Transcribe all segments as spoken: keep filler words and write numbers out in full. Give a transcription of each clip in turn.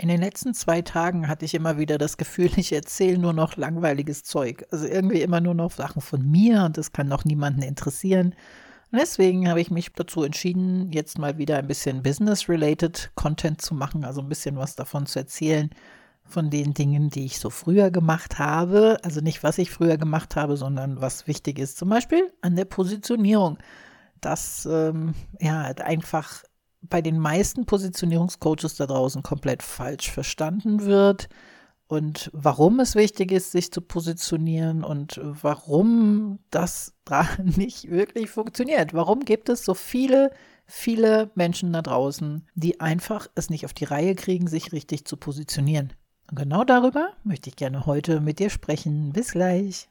In den letzten zwei Tagen hatte ich immer wieder das Gefühl, ich erzähle nur noch langweiliges Zeug. Also irgendwie immer nur noch Sachen von mir und das kann doch niemanden interessieren. Und deswegen habe ich mich dazu entschieden, jetzt mal wieder ein bisschen Business-related Content zu machen, also ein bisschen was davon zu erzählen, von den Dingen, die ich so früher gemacht habe. Also nicht, was ich früher gemacht habe, sondern was wichtig ist. Zum Beispiel an der Positionierung. Das ähm, ja einfach bei den meisten Positionierungscoaches da draußen komplett falsch verstanden wird und warum es wichtig ist, sich zu positionieren und warum das da nicht wirklich funktioniert. Warum gibt es so viele, viele Menschen da draußen, die einfach es nicht auf die Reihe kriegen, sich richtig zu positionieren? Und genau darüber möchte ich gerne heute mit dir sprechen. Bis gleich.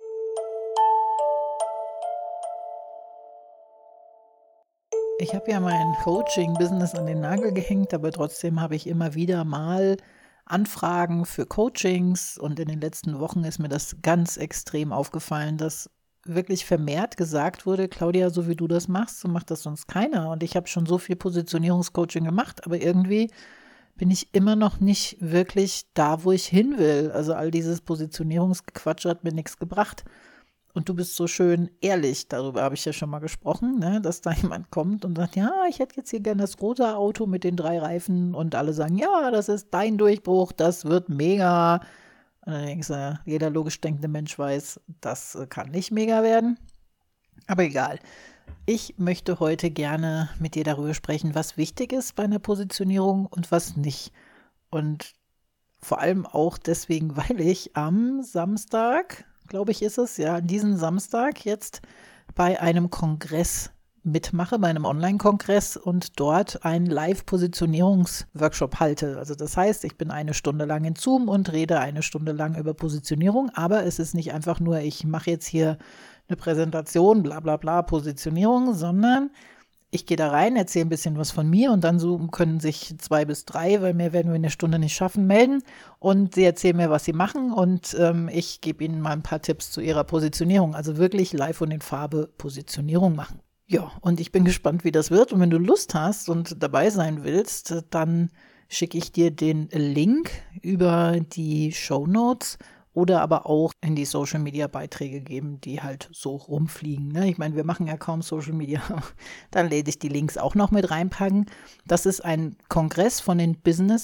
Ich habe ja mein Coaching-Business an den Nagel gehängt, aber trotzdem habe ich immer wieder mal Anfragen für Coachings und in den letzten Wochen ist mir das ganz extrem aufgefallen, dass wirklich vermehrt gesagt wurde, Claudia, so wie du das machst, so macht das sonst keiner. Und ich habe schon so viel Positionierungscoaching gemacht, aber irgendwie bin ich immer noch nicht wirklich da, wo ich hin will. Also all dieses Positionierungsgequatsch hat mir nichts gebracht. Und du bist so schön ehrlich, darüber habe ich ja schon mal gesprochen, ne, dass da jemand kommt und sagt, ja, ich hätte jetzt hier gerne das rote Auto mit den drei Reifen und alle sagen, ja, das ist dein Durchbruch, das wird mega. Und dann denkst du, jeder logisch denkende Mensch weiß, das kann nicht mega werden. Aber egal. Ich möchte heute gerne mit dir darüber sprechen, was wichtig ist bei einer Positionierung und was nicht. Und vor allem auch deswegen, weil ich am Samstag, glaube ich, ist es, ja, diesen Samstag jetzt bei einem Kongress mitmache, bei einem Online-Kongress und dort einen Live-Positionierungsworkshop halte. Also das heißt, ich bin eine Stunde lang in Zoom und rede eine Stunde lang über Positionierung, aber es ist nicht einfach nur, ich mache jetzt hier eine Präsentation, bla bla bla, Positionierung, sondern ich gehe da rein, erzähle ein bisschen was von mir und dann so können sich zwei bis drei, weil mehr werden wir in der Stunde nicht schaffen, melden und sie erzählen mir, was sie machen und ähm, ich gebe ihnen mal ein paar Tipps zu ihrer Positionierung. Also wirklich live und in Farbe Positionierung machen. Ja, und ich bin gespannt, wie das wird und wenn du Lust hast und dabei sein willst, dann schicke ich dir den Link über die Shownotes oder aber auch in die Social-Media-Beiträge geben, die halt so rumfliegen. Ne? Ich meine, wir machen ja kaum Social-Media. Dann lädt ich die Links auch noch mit reinpacken. Das ist ein Kongress von den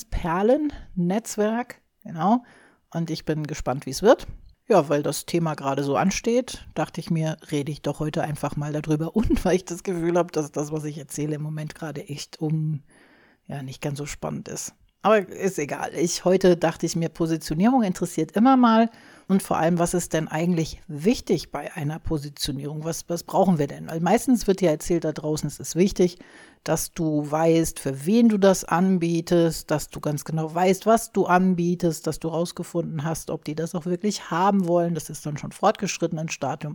Business-Perlen-Netzwerk. Genau. Und ich bin gespannt, wie es wird. Ja, weil das Thema gerade so ansteht, dachte ich mir, rede ich doch heute einfach mal darüber. Und weil ich das Gefühl habe, dass das, was ich erzähle, im Moment gerade echt um, ja, nicht ganz so spannend ist. Aber ist egal. Ich, heute dachte ich mir, Positionierung interessiert immer mal. Und vor allem, was ist denn eigentlich wichtig bei einer Positionierung? Was, was brauchen wir denn? Weil meistens wird ja erzählt da draußen, es ist wichtig, dass du weißt, für wen du das anbietest, dass du ganz genau weißt, was du anbietest, dass du rausgefunden hast, ob die das auch wirklich haben wollen. Das ist dann schon fortgeschritten im Stadium.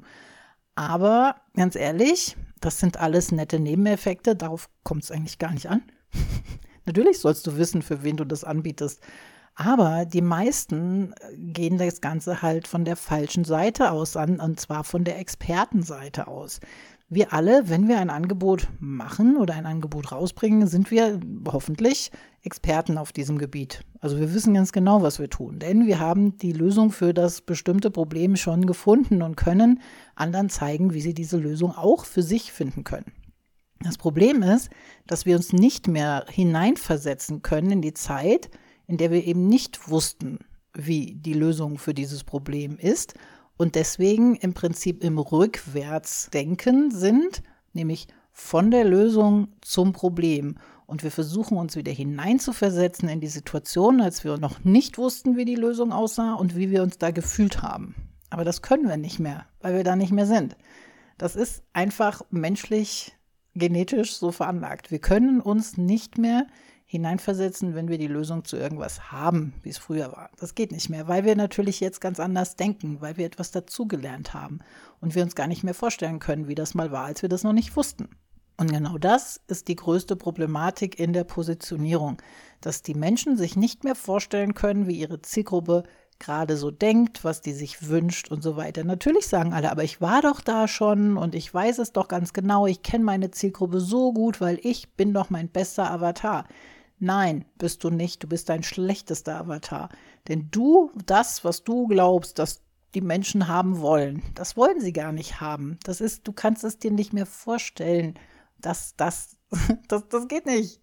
Aber ganz ehrlich, das sind alles nette Nebeneffekte. Darauf kommt es eigentlich gar nicht an. Natürlich sollst du wissen, für wen du das anbietest, aber die meisten gehen das Ganze halt von der falschen Seite aus an, und zwar von der Expertenseite aus. Wir alle, wenn wir ein Angebot machen oder ein Angebot rausbringen, sind wir hoffentlich Experten auf diesem Gebiet. Also wir wissen ganz genau, was wir tun, denn wir haben die Lösung für das bestimmte Problem schon gefunden und können anderen zeigen, wie sie diese Lösung auch für sich finden können. Das Problem ist, dass wir uns nicht mehr hineinversetzen können in die Zeit, in der wir eben nicht wussten, wie die Lösung für dieses Problem ist und deswegen im Prinzip im Rückwärtsdenken sind, nämlich von der Lösung zum Problem. Und wir versuchen uns wieder hineinzuversetzen in die Situation, als wir noch nicht wussten, wie die Lösung aussah und wie wir uns da gefühlt haben. Aber das können wir nicht mehr, weil wir da nicht mehr sind. Das ist einfach menschlich genetisch so veranlagt. Wir können uns nicht mehr hineinversetzen, wenn wir die Lösung zu irgendwas haben, wie es früher war. Das geht nicht mehr, weil wir natürlich jetzt ganz anders denken, weil wir etwas dazugelernt haben und wir uns gar nicht mehr vorstellen können, wie das mal war, als wir das noch nicht wussten. Und genau das ist die größte Problematik in der Positionierung, dass die Menschen sich nicht mehr vorstellen können, wie ihre Zielgruppe gerade so denkt, was die sich wünscht und so weiter. Natürlich sagen alle, aber ich war doch da schon und ich weiß es doch ganz genau, ich kenne meine Zielgruppe so gut, weil ich bin doch mein bester Avatar. Nein, bist du nicht. Du bist dein schlechtester Avatar. Denn du, das, was du glaubst, dass die Menschen haben wollen, das wollen sie gar nicht haben. Das ist, du kannst es dir nicht mehr vorstellen. Das, das, das, das geht nicht.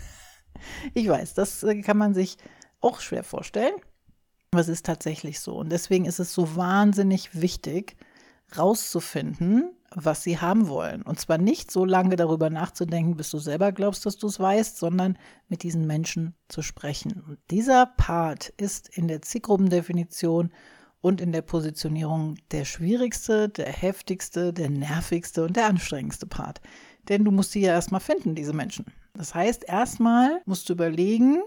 Ich weiß, das kann man sich auch schwer vorstellen. Aber es ist tatsächlich so. Und deswegen ist es so wahnsinnig wichtig, rauszufinden, was sie haben wollen. Und zwar nicht so lange darüber nachzudenken, bis du selber glaubst, dass du es weißt, sondern mit diesen Menschen zu sprechen. Und dieser Part ist in der Zielgruppendefinition und in der Positionierung der schwierigste, der heftigste, der nervigste und der anstrengendste Part. Denn du musst sie ja erstmal finden, diese Menschen. Das heißt, erstmal musst du überlegen,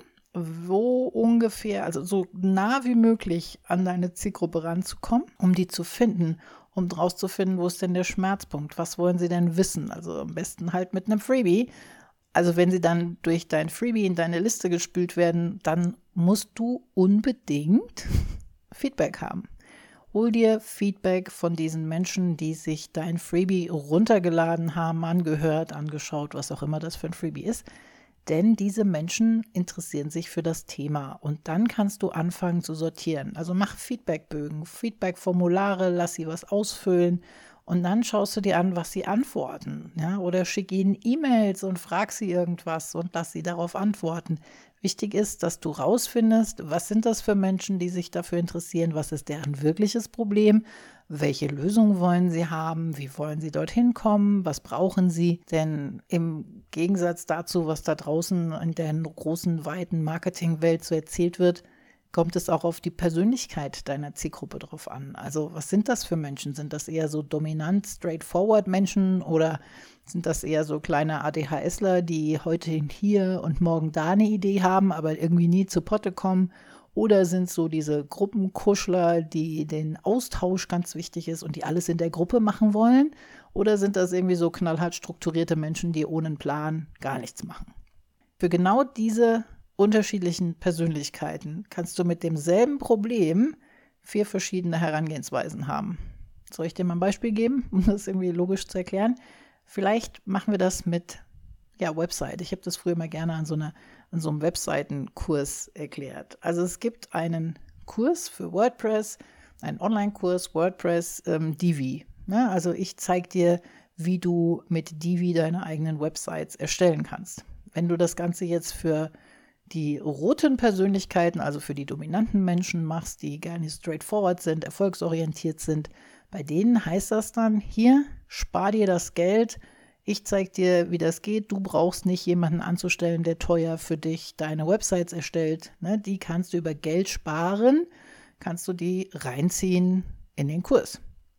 wo ungefähr, also so nah wie möglich an deine Zielgruppe ranzukommen, um die zu finden, um rauszufinden, wo ist denn der Schmerzpunkt, was wollen sie denn wissen, also am besten halt mit einem Freebie. Also wenn sie dann durch dein Freebie in deine Liste gespült werden, dann musst du unbedingt Feedback haben. Hol dir Feedback von diesen Menschen, die sich dein Freebie runtergeladen haben, angehört, angeschaut, was auch immer das für ein Freebie ist. Denn diese Menschen interessieren sich für das Thema und dann kannst du anfangen zu sortieren. Also mach Feedbackbögen, Feedbackformulare, lass sie was ausfüllen und dann schaust du dir an, was sie antworten. Ja? Oder schick ihnen E-Mails und frag sie irgendwas und lass sie darauf antworten. Wichtig ist, dass du rausfindest, was sind das für Menschen, die sich dafür interessieren, was ist deren wirkliches Problem, welche Lösung wollen sie haben, wie wollen sie dorthin kommen, was brauchen sie. Denn im Gegensatz dazu, was da draußen in der großen, weiten Marketingwelt so erzählt wird, kommt es auch auf die Persönlichkeit deiner Zielgruppe drauf an. Also was sind das für Menschen? Sind das eher so dominant, straightforward Menschen oder sind das eher so kleine ADHSler, die heute hier und morgen da eine Idee haben, aber irgendwie nie zu Potte kommen? Oder sind es so diese Gruppenkuschler, die den Austausch ganz wichtig ist und die alles in der Gruppe machen wollen? Oder sind das irgendwie so knallhart strukturierte Menschen, die ohne einen Plan gar nichts machen? Für genau diese unterschiedlichen Persönlichkeiten kannst du mit demselben Problem vier verschiedene Herangehensweisen haben. Soll ich dir mal ein Beispiel geben, um das irgendwie logisch zu erklären? Vielleicht machen wir das mit ja, Website. Ich habe das früher mal gerne an so, einer, an so einem Webseitenkurs erklärt. Also es gibt einen Kurs für WordPress, einen Online-Kurs WordPress ähm, Divi. Ja, also ich zeige dir, wie du mit Divi deine eigenen Websites erstellen kannst. Wenn du das Ganze jetzt für die roten Persönlichkeiten, also für die dominanten Menschen machst, die gerne straightforward sind, erfolgsorientiert sind, bei denen heißt das dann, hier, spar dir das Geld, ich zeige dir, wie das geht, du brauchst nicht jemanden anzustellen, der teuer für dich deine Websites erstellt, ne? Die kannst du über Geld sparen, kannst du die reinziehen in den Kurs.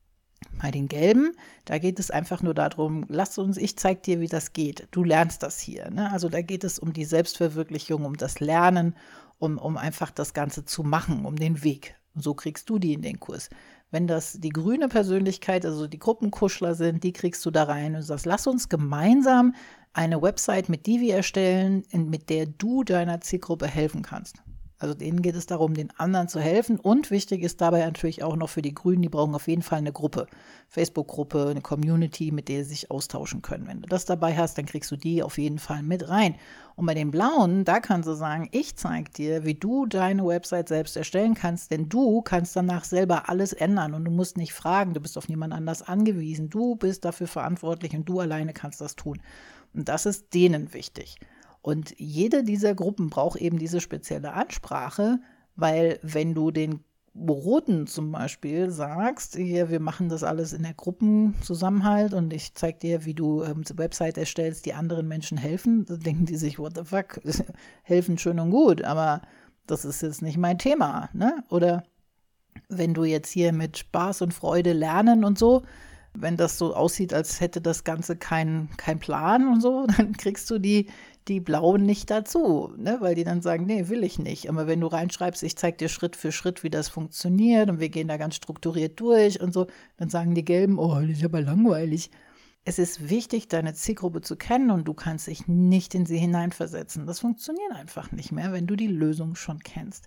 Bei den Gelben, da geht es einfach nur darum, lass uns, ich zeige dir, wie das geht. Du lernst das hier. Ne? Also da geht es um die Selbstverwirklichung, um das Lernen, um, um einfach das Ganze zu machen, um den Weg. Und so kriegst du die in den Kurs. Wenn das die grüne Persönlichkeit, also die Gruppenkuschler sind, die kriegst du da rein und sagst, lass uns gemeinsam eine Website mit Divi erstellen, mit der du deiner Zielgruppe helfen kannst. Also denen geht es darum, den anderen zu helfen. Und wichtig ist dabei natürlich auch noch für die Grünen, die brauchen auf jeden Fall eine Gruppe, Facebook-Gruppe, eine Community, mit der sie sich austauschen können. Wenn du das dabei hast, dann kriegst du die auf jeden Fall mit rein. Und bei den Blauen, da kannst du sagen, ich zeige dir, wie du deine Website selbst erstellen kannst, denn du kannst danach selber alles ändern und du musst nicht fragen, du bist auf niemand anders angewiesen. Du bist dafür verantwortlich und du alleine kannst das tun. Und das ist denen wichtig. Und jede dieser Gruppen braucht eben diese spezielle Ansprache, weil wenn du den Roten zum Beispiel sagst, hier, wir machen das alles in der Gruppenzusammenhalt und ich zeige dir, wie du ähm, eine Website erstellst, die anderen Menschen helfen, dann denken die sich, what the fuck, helfen schön und gut, aber das ist jetzt nicht mein Thema, ne? Oder wenn du jetzt hier mit Spaß und Freude lernen und so, wenn das so aussieht, als hätte das Ganze keinen kein Plan und so, dann kriegst du die, die Blauen nicht dazu, ne? Weil die dann sagen, nee, will ich nicht. Aber wenn du reinschreibst, ich zeige dir Schritt für Schritt, wie das funktioniert und wir gehen da ganz strukturiert durch und so, dann sagen die Gelben, oh, das ist aber langweilig. Es ist wichtig, deine Zielgruppe zu kennen und du kannst dich nicht in sie hineinversetzen. Das funktioniert einfach nicht mehr, wenn du die Lösung schon kennst.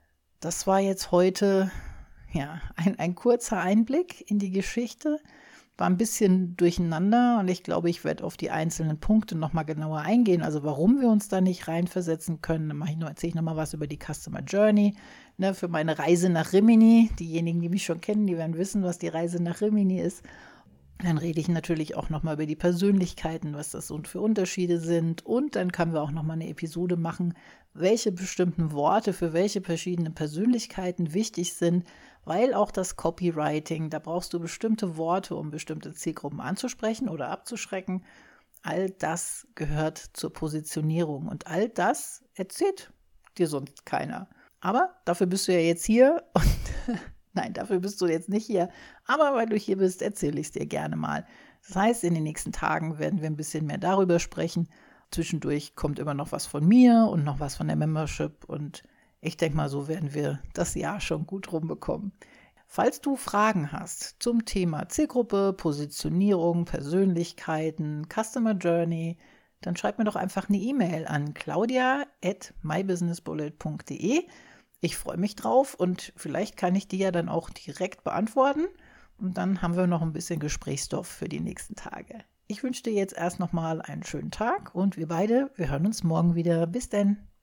Das war jetzt heute ja, ein, ein kurzer Einblick in die Geschichte War ein bisschen durcheinander und ich glaube, ich werde auf die einzelnen Punkte nochmal genauer eingehen, also warum wir uns da nicht reinversetzen können. Dann mache ich noch, erzähle ich nochmal was über die Customer Journey, ne, für meine Reise nach Rimini. Diejenigen, die mich schon kennen, die werden wissen, was die Reise nach Rimini ist. Dann rede ich natürlich auch nochmal über die Persönlichkeiten, was das so für Unterschiede sind. Und dann können wir auch nochmal eine Episode machen, welche bestimmten Worte für welche verschiedenen Persönlichkeiten wichtig sind, weil auch das Copywriting, da brauchst du bestimmte Worte, um bestimmte Zielgruppen anzusprechen oder abzuschrecken. All das gehört zur Positionierung und all das erzählt dir sonst keiner. Aber dafür bist du ja jetzt hier und nein, dafür bist du jetzt nicht hier, aber weil du hier bist, erzähle ich es dir gerne mal. Das heißt, in den nächsten Tagen werden wir ein bisschen mehr darüber sprechen. Zwischendurch kommt immer noch was von mir und noch was von der Membership und ich denke mal, so werden wir das Jahr schon gut rumbekommen. Falls du Fragen hast zum Thema Zielgruppe, Positionierung, Persönlichkeiten, Customer Journey, dann schreib mir doch einfach eine E-Mail an claudia at mybusinessbullet punkt de. Ich freue mich drauf und vielleicht kann ich die ja dann auch direkt beantworten und dann haben wir noch ein bisschen Gesprächsstoff für die nächsten Tage. Ich wünsche dir jetzt erst nochmal einen schönen Tag und wir beide, wir hören uns morgen wieder. Bis denn!